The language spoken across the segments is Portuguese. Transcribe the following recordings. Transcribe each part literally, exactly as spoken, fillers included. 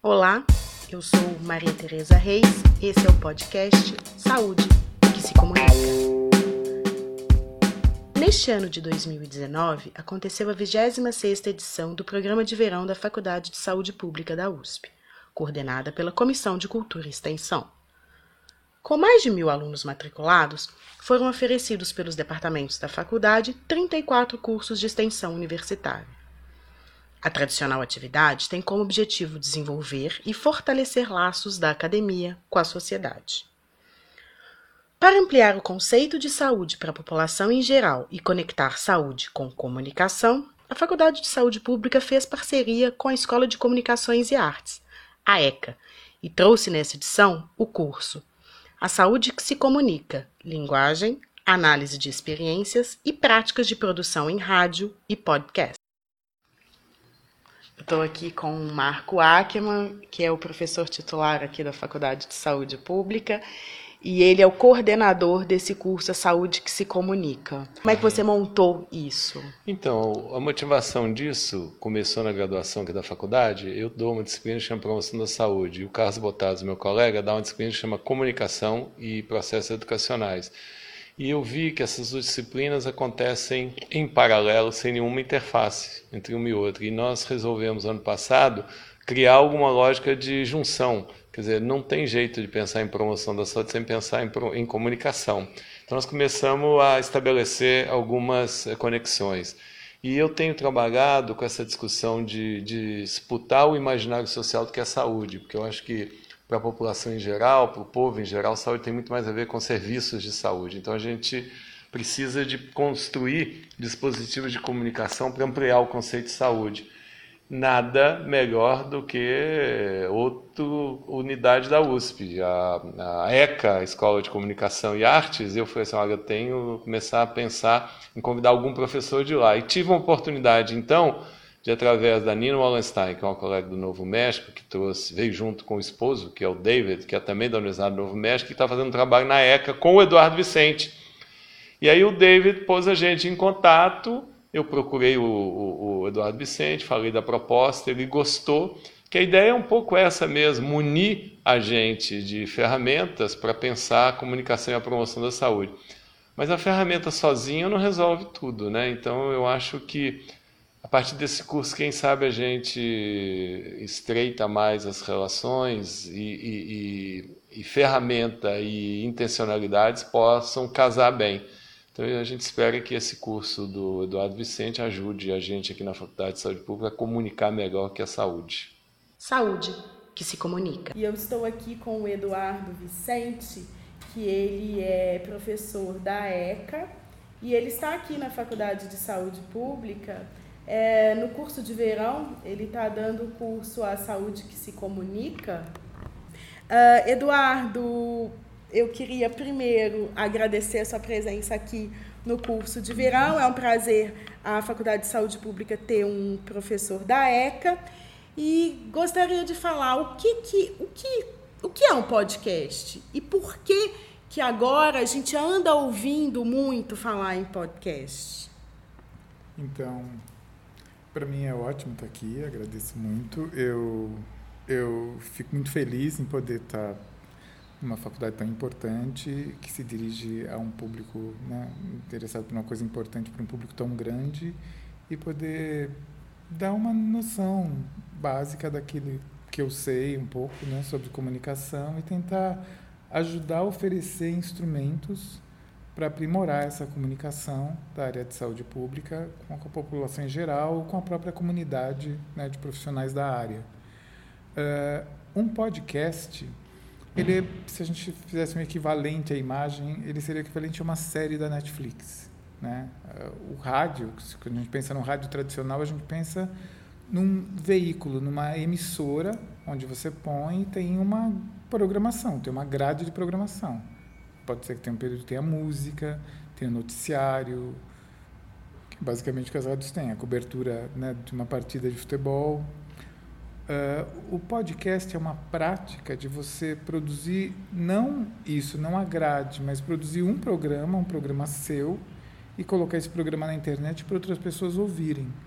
Olá, eu sou Maria Tereza Reis, esse é o podcast Saúde que se Comunica. Neste ano de dois mil e dezenove, aconteceu a vigésima sexta edição do Programa de Verão da Faculdade de Saúde Pública da U S P, coordenada pela Comissão de Cultura e Extensão. Com mais de mil alunos matriculados, foram oferecidos pelos departamentos da faculdade trinta e quatro cursos de extensão universitária. A tradicional atividade tem como objetivo desenvolver e fortalecer laços da academia com a sociedade. Para ampliar o conceito de saúde para a população em geral e conectar saúde com comunicação, a Faculdade de Saúde Pública fez parceria com a Escola de Comunicações e Artes, a ECA, e trouxe nessa edição o curso A Saúde que se Comunica, Linguagem, Análise de Experiências e Práticas de Produção em Rádio e Podcast. Estou aqui com o Marco Ackerman, que é o professor titular aqui da Faculdade de Saúde Pública, e ele é o coordenador desse curso A Saúde que se Comunica. Como é que você montou isso? Então, a motivação disso começou na graduação aqui da faculdade. Eu dou uma disciplina que chama Promoção da Saúde, e o Carlos Botados, meu colega, dá uma disciplina que chama Comunicação e Processos Educacionais. E eu vi que essas duas disciplinas acontecem em paralelo, sem nenhuma interface entre uma e outra. E nós resolvemos, ano passado, criar alguma lógica de junção. Quer dizer, não tem jeito de pensar em promoção da saúde sem pensar em, em comunicação. Então, nós começamos a estabelecer algumas conexões. E eu tenho trabalhado com essa discussão de, de disputar o imaginário social do que a saúde, porque eu acho que para a população em geral, para o povo em geral, saúde tem muito mais a ver com serviços de saúde. Então a gente precisa de construir dispositivos de comunicação para ampliar o conceito de saúde. Nada melhor do que outra unidade da U S P, a, a ECA, a Escola de Comunicação e Artes. Eu falei assim, olha, eu tenho que começar a pensar em convidar algum professor de lá. E tive uma oportunidade, então, de através da Nina Wallenstein, que é uma colega do Novo México, que trouxe, veio junto com o esposo, que é o David, que é também da Universidade do Novo México, que está fazendo um trabalho na ECA com o Eduardo Vicente. E aí o David pôs a gente em contato, eu procurei o, o, o Eduardo Vicente, falei da proposta, ele gostou, que a ideia é um pouco essa mesmo, unir a gente de ferramentas para pensar a comunicação e a promoção da saúde. Mas a ferramenta sozinha não resolve tudo, né? Então eu acho que a partir desse curso, quem sabe a gente estreita mais as relações e, e, e, e ferramenta e intencionalidades possam casar bem. Então a gente espera que esse curso do Eduardo Vicente ajude a gente aqui na Faculdade de Saúde Pública a comunicar melhor que a saúde. Saúde que se comunica. E eu estou aqui com o Eduardo Vicente, que ele é professor da ECA e ele está aqui na Faculdade de Saúde Pública. É, no curso de verão, ele está dando o curso A Saúde que se Comunica. Uh, Eduardo, eu queria primeiro agradecer a sua presença aqui no curso de verão. É um prazer a Faculdade de Saúde Pública ter um professor da ECA. E gostaria de falar o que, que, o que, o que é um podcast e por que, que agora a gente anda ouvindo muito falar em podcast. Então, para mim é ótimo estar aqui, agradeço muito. Eu, eu fico muito feliz em poder estar numa faculdade tão importante, que se dirige a um público, né, interessado por uma coisa importante para um público tão grande e poder dar uma noção básica daquilo que eu sei um pouco, né, sobre comunicação e tentar ajudar a oferecer instrumentos para aprimorar essa comunicação da área de saúde pública com a população em geral ou com a própria comunidade, né, de profissionais da área. Uh, um podcast, ele, se a gente fizesse um equivalente à imagem, ele seria equivalente a uma série da Netflix, né? Uh, o rádio, quando a gente pensa no rádio tradicional, a gente pensa num veículo, numa emissora, onde você põe e tem uma programação, tem uma grade de programação. Pode ser que tenha um período que tenha música, tenha noticiário, basicamente o que as rádios têm, a cobertura, né, de uma partida de futebol. Uh, o podcast é uma prática de você produzir, não isso, não a grade, mas produzir um programa, um programa seu, e colocar esse programa na internet para outras pessoas ouvirem.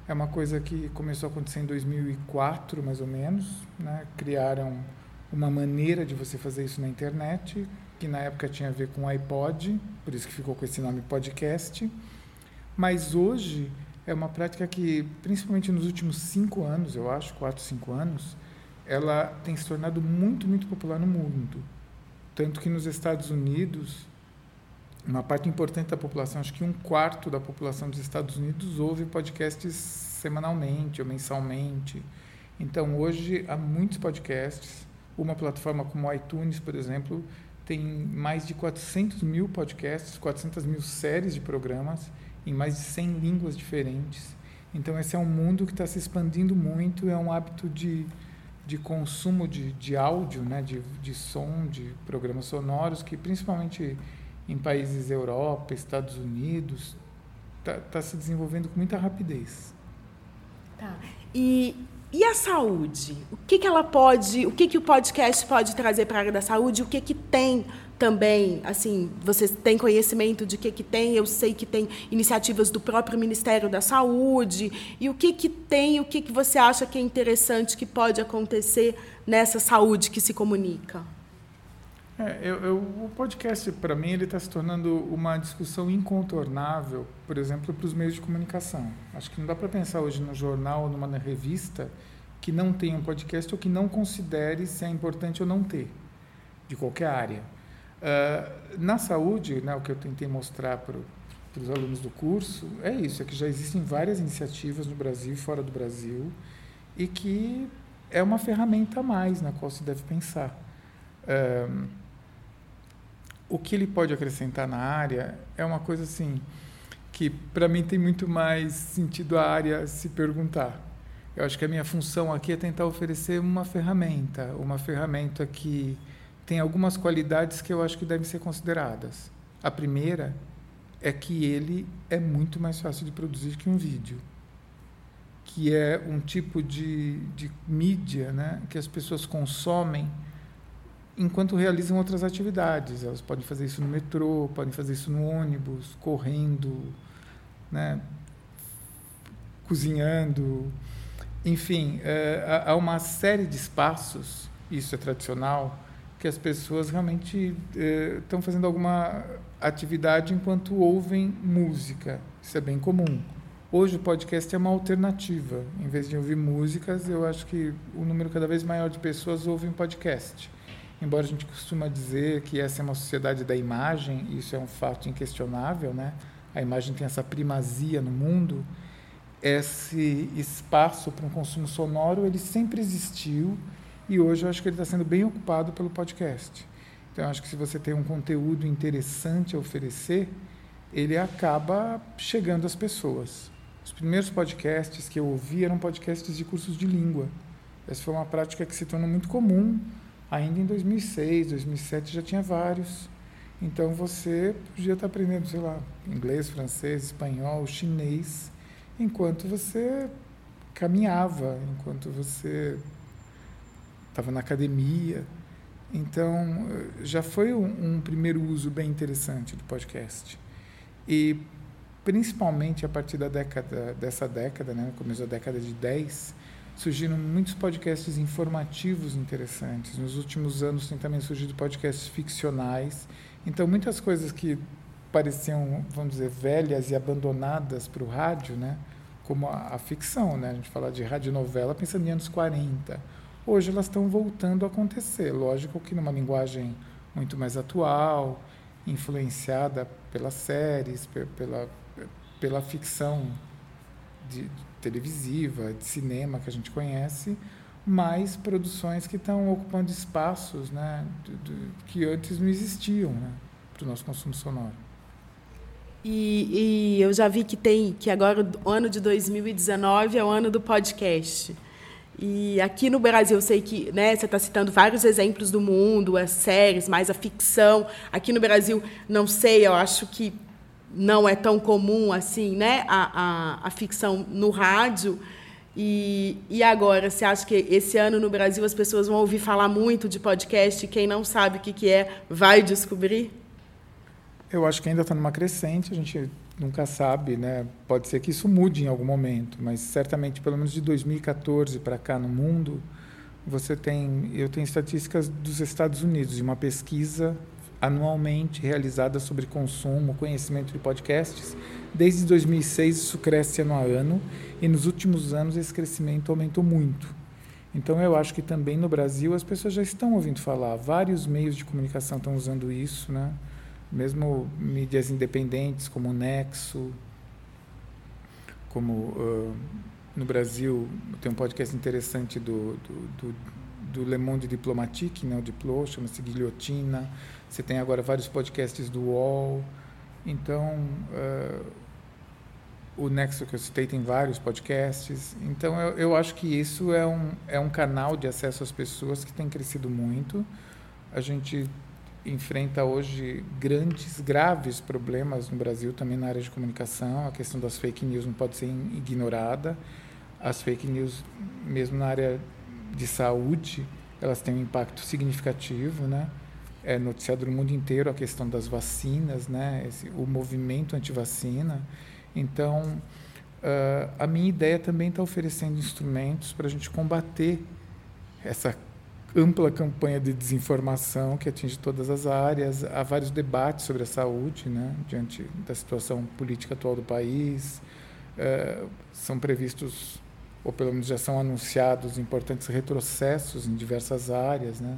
É uma coisa que começou a acontecer em dois mil e quatro, mais ou menos, né? Criaram uma maneira de você fazer isso na internet, que na época tinha a ver com iPod, por isso que ficou com esse nome podcast. Mas hoje é uma prática que, principalmente nos últimos cinco anos, eu acho, quatro, cinco anos, ela tem se tornado muito, muito popular no mundo. Tanto que nos Estados Unidos, uma parte importante da população, acho que um quarto da população dos Estados Unidos ouve podcasts semanalmente ou mensalmente. Então, hoje, há muitos podcasts. Uma plataforma como o iTunes, por exemplo, tem mais de quatrocentos mil podcasts, quatrocentas mil séries de programas em mais de cem línguas diferentes. Então, esse é um mundo que está se expandindo muito, é um hábito de, de consumo de, de áudio, né, de, de som, de programas sonoros, que principalmente em países Europa, Estados Unidos, está tá se desenvolvendo com muita rapidez. Tá. E, e a saúde? O que, que ela pode, o que, que o podcast pode trazer para a área da saúde? O que, que tem também, assim, vocês têm conhecimento de que que tem? Eu sei que tem iniciativas do próprio Ministério da Saúde. E o que que tem, o que que você acha que é interessante que pode acontecer nessa saúde que se comunica? É, eu, eu, o podcast, para mim, ele está se tornando uma discussão incontornável, por exemplo, para os meios de comunicação. Acho que não dá para pensar hoje no jornal ou numa revista que não tenha um podcast ou que não considere se é importante ou não ter, de qualquer área. Uh, na saúde, né, o que eu tentei mostrar para os alunos do curso é isso, é que já existem várias iniciativas no Brasil e fora do Brasil e que é uma ferramenta a mais na qual se deve pensar. Uh, o que ele pode acrescentar na área é uma coisa assim que para mim tem muito mais sentido a área se perguntar. Eu acho que a minha função aqui é tentar oferecer uma ferramenta, uma ferramenta que tem algumas qualidades que eu acho que devem ser consideradas. A primeira é que ele é muito mais fácil de produzir que um vídeo, que é um tipo de, de mídia, né, que as pessoas consomem enquanto realizam outras atividades. Elas podem fazer isso no metrô, podem fazer isso no ônibus, correndo, né, cozinhando. Enfim, é, há uma série de espaços, isso é tradicional, que as pessoas realmente eh, estão fazendo alguma atividade enquanto ouvem música. Isso é bem comum. Hoje o podcast é uma alternativa. Em vez de ouvir músicas, eu acho que o número cada vez maior de pessoas ouvem podcast. Embora a gente costuma dizer que essa é uma sociedade da imagem, isso é um fato inquestionável, né? A imagem tem essa primazia no mundo. Esse espaço para um consumo sonoro, ele sempre existiu. E hoje eu acho que ele está sendo bem ocupado pelo podcast. Então, eu acho que se você tem um conteúdo interessante a oferecer, ele acaba chegando às pessoas. Os primeiros podcasts que eu ouvi eram podcasts de cursos de língua. Essa foi uma prática que se tornou muito comum. Ainda em dois mil e seis, dois mil e sete já tinha vários. Então, você podia estar aprendendo, sei lá, inglês, francês, espanhol, chinês, enquanto você caminhava, enquanto você estava na academia. Então, já foi um, um primeiro uso bem interessante do podcast. E, principalmente, a partir da década, dessa década, né, no começo da década de dez, surgiram muitos podcasts informativos interessantes. Nos últimos anos, tem também surgido podcasts ficcionais. Então, muitas coisas que pareciam, vamos dizer, velhas e abandonadas para o rádio, né, como a, a ficção, né, a gente fala de radionovela pensando em anos quarenta. Hoje elas estão voltando a acontecer. Lógico que numa linguagem muito mais atual, influenciada pelas séries, pela, pela ficção de, de televisiva, de cinema que a gente conhece, mas produções que estão ocupando espaços, né, de, de, que antes não existiam, né, para o nosso consumo sonoro. E, e eu já vi que tem que agora o ano de dois mil e dezenove é o ano do podcast. E aqui no Brasil, eu sei que, né, você está citando vários exemplos do mundo, as séries, mais a ficção. Aqui no Brasil, não sei, eu acho que não é tão comum assim, né, a, a, a ficção no rádio. E, e agora, você acha que esse ano no Brasil as pessoas vão ouvir falar muito de podcast e quem não sabe o que, que é vai descobrir? Eu acho que ainda está numa crescente. A gente nunca sabe, né? Pode ser que isso mude em algum momento, mas certamente, pelo menos de dois mil e quatorze para cá no mundo, você tem, eu tenho estatísticas dos Estados Unidos, de uma pesquisa anualmente realizada sobre consumo, conhecimento de podcasts. Desde dois mil e seis isso cresce ano a ano, e nos últimos anos esse crescimento aumentou muito. Então eu acho que também no Brasil as pessoas já estão ouvindo falar, vários meios de comunicação estão usando isso, né? Mesmo mídias independentes como o Nexo, como uh, no Brasil tem um podcast interessante do, do, do, do Le Monde Diplomatique, né, o Diplo, chama-se Guilhotina. Você tem agora vários podcasts do U O L. Então, uh, o Nexo que eu citei tem vários podcasts. Então, eu, eu acho que isso é um, é um canal de acesso às pessoas que tem crescido muito. A gente enfrenta hoje grandes, graves problemas no Brasil, também na área de comunicação. A questão das fake news não pode ser ignorada. As fake news, mesmo na área de saúde, elas têm um impacto significativo, né? É noticiado no mundo inteiro a questão das vacinas, né? Esse, o movimento anti-vacina. Então, uh, a minha ideia também está oferecendo instrumentos para a gente combater essa ampla campanha de desinformação que atinge todas as áreas. Há vários debates sobre a saúde, né? Diante da situação política atual do país. Uh, são previstos, ou pelo menos já são anunciados, importantes retrocessos em diversas áreas, né?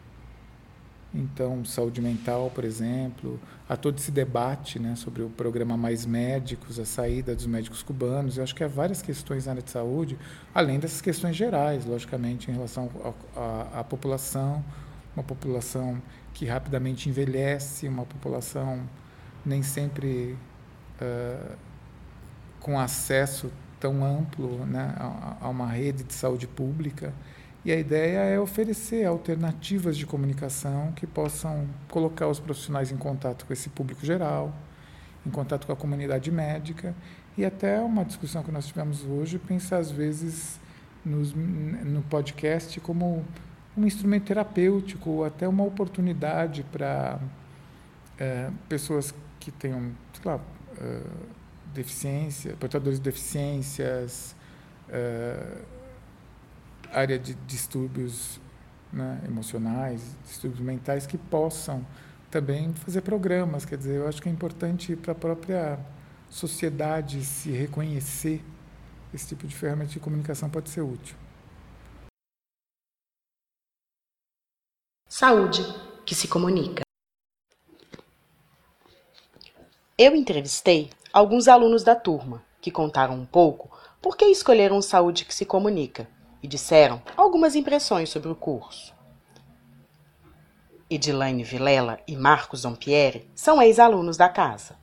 Então, saúde mental, por exemplo, há todo esse debate, né, sobre o programa Mais Médicos, a saída dos médicos cubanos. Eu acho que há várias questões na área de saúde, além dessas questões gerais, logicamente, em relação à população, uma população que rapidamente envelhece, uma população nem sempre uh, com acesso tão amplo, né, a, a uma rede de saúde pública. E a ideia é oferecer alternativas de comunicação que possam colocar os profissionais em contato com esse público geral, em contato com a comunidade médica, e até uma discussão que nós tivemos hoje, pensar às vezes nos, no podcast como um instrumento terapêutico, ou até uma oportunidade para é, pessoas que tenham, sei lá, é, deficiência, portadores de deficiências, é, área de distúrbios, né, emocionais, distúrbios mentais, que possam também fazer programas. Quer dizer, eu acho que é importante para a própria sociedade se reconhecer. Esse tipo de ferramenta de comunicação pode ser útil. Saúde que se comunica. Eu entrevistei alguns alunos da turma que contaram um pouco por que escolheram saúde que se comunica e disseram algumas impressões sobre o curso. Edilaine Vilela e Marcos Dompieri são ex-alunos da casa.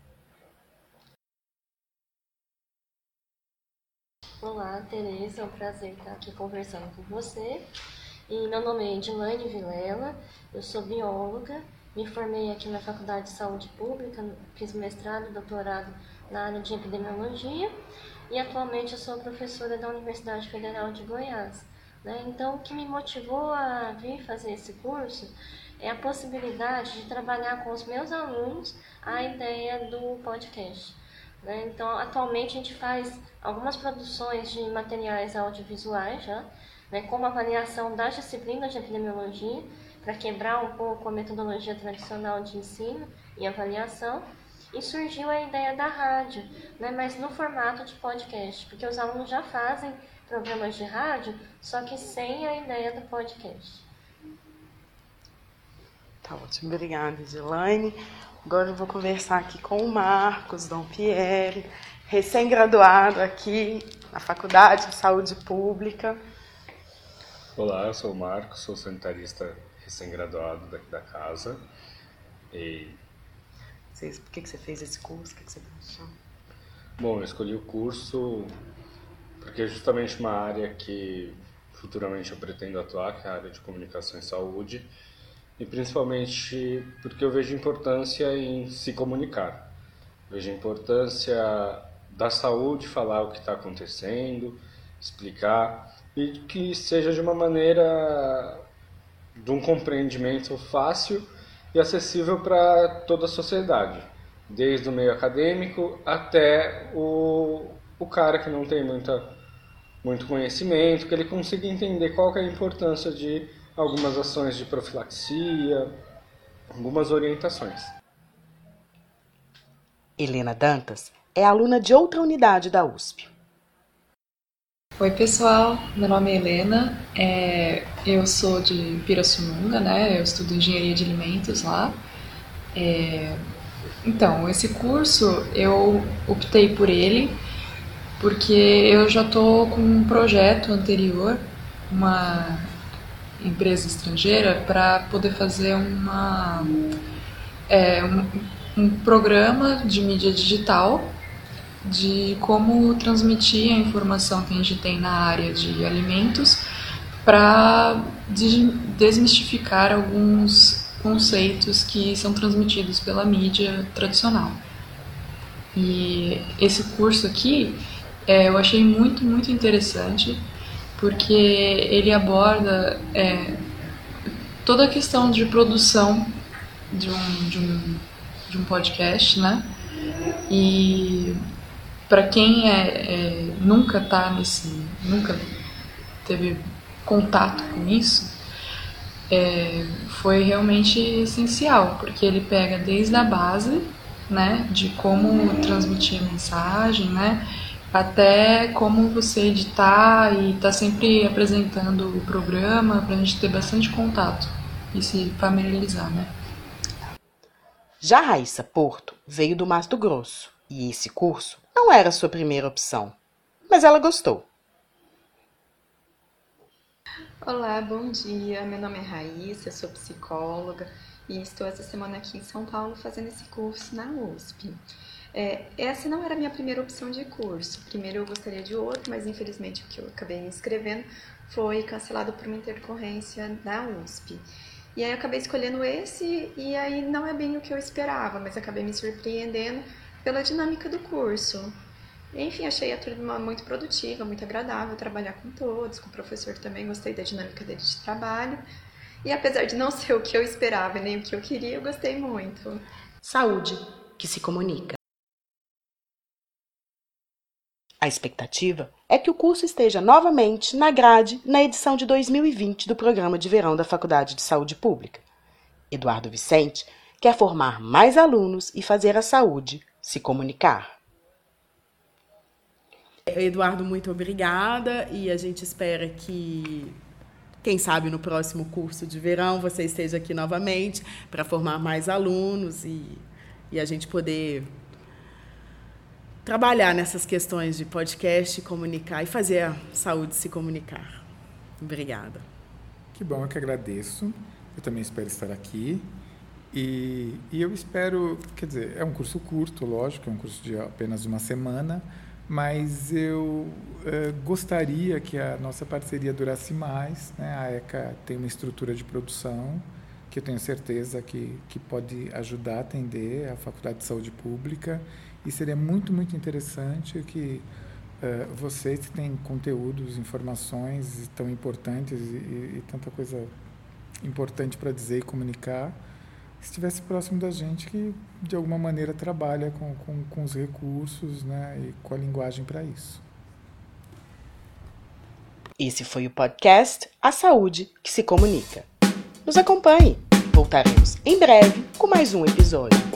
Olá, Tereza, é um prazer estar aqui conversando com você. E meu nome é Edilaine Vilela, eu sou bióloga, me formei aqui na Faculdade de Saúde Pública, fiz mestrado e doutorado na área de epidemiologia e atualmente eu sou professora da Universidade Federal de Goiás. Né? Então, o que me motivou a vir fazer esse curso é a possibilidade de trabalhar com os meus alunos a ideia do podcast. Né? Então, atualmente a gente faz algumas produções de materiais audiovisuais, já, né? Como avaliação das disciplinas de epidemiologia, para quebrar um pouco a metodologia tradicional de ensino e avaliação. E surgiu a ideia da rádio, né? Mas no formato de podcast, porque os alunos já fazem programas de rádio, só que sem a ideia do podcast. Tá ótimo, obrigada, Edilaine. Agora eu vou conversar aqui com o Marcos Dompieri, recém-graduado aqui na Faculdade de Saúde Pública. Olá, eu sou o Marcos, sou sanitarista recém-graduado daqui da casa. E... Por que você fez esse curso? O que você achou? Bom, eu escolhi o curso porque é justamente uma área que futuramente eu pretendo atuar, que é a área de comunicação e saúde, e principalmente porque eu vejo importância em se comunicar. Vejo a importância da saúde, falar o que está acontecendo, explicar, e que seja de uma maneira de um compreendimento fácil e acessível para toda a sociedade. desde o meio acadêmico até o, o cara que não tem muita, muito conhecimento, que ele consiga entender qual que é a importância de algumas ações de profilaxia, algumas orientações. Helena Dantas é aluna de outra unidade da U S P. Oi pessoal, meu nome é Helena, é, eu sou de Pirassununga, né? Eu estudo Engenharia de Alimentos lá. É, então, esse curso eu optei por ele porque eu já estou com um projeto anterior, uma empresa estrangeira, para poder fazer uma, é, um, um programa de mídia digital de como transmitir a informação que a gente tem na área de alimentos para desmistificar alguns conceitos que são transmitidos pela mídia tradicional. E esse curso aqui é, eu achei muito, muito interessante, porque ele aborda é, toda a questão de produção de um, de um, de um podcast, né? E para quem é, é, nunca tá nesse, nunca teve contato com isso, é, foi realmente essencial, porque ele pega desde a base, né, de como transmitir a mensagem, né, até como você editar e tá sempre apresentando o programa para a gente ter bastante contato e se familiarizar, né. Já Raíssa Porto veio do Mato Grosso e esse curso não era sua primeira opção, mas ela gostou. Olá, bom dia. Meu nome é Raíssa, sou psicóloga e estou essa semana aqui em São Paulo fazendo esse curso na U S P. É, essa não era a minha primeira opção de curso. Primeiro eu gostaria de outro, mas infelizmente o que eu acabei me inscrevendo foi cancelado por uma intercorrência da U S P. E aí eu acabei escolhendo esse e aí não é bem o que eu esperava, mas acabei me surpreendendo pela dinâmica do curso. Enfim, achei a turma muito produtiva, muito agradável trabalhar com todos, com o professor também, gostei da dinâmica dele de trabalho. E apesar de não ser o que eu esperava e nem o que eu queria, eu gostei muito. Saúde que se comunica. A expectativa é que o curso esteja novamente na grade na edição de dois mil e vinte do Programa de Verão da Faculdade de Saúde Pública. Eduardo Vicente quer formar mais alunos e fazer a saúde se comunicar. Eduardo, muito obrigada e a gente espera que, quem sabe, no próximo curso de verão você esteja aqui novamente para formar mais alunos e, e a gente poder trabalhar nessas questões de podcast, comunicar e fazer a saúde se comunicar. Obrigada. Que bom, eu que agradeço. Eu também espero estar aqui. E, e eu espero, quer dizer, é um curso curto, lógico, é um curso de apenas uma semana, mas eu eh, gostaria que a nossa parceria durasse mais, né? A ECA tem uma estrutura de produção que eu tenho certeza que, que pode ajudar a atender a Faculdade de Saúde Pública e seria muito, muito interessante que eh, vocês que têm conteúdos, informações tão importantes e, e, e tanta coisa importante para dizer e comunicar, estivesse próximo da gente que, de alguma maneira, trabalha com, com, com os recursos, né, e com a linguagem para isso. Esse foi o podcast A Saúde que se Comunica. Nos acompanhe. Voltaremos em breve com mais um episódio.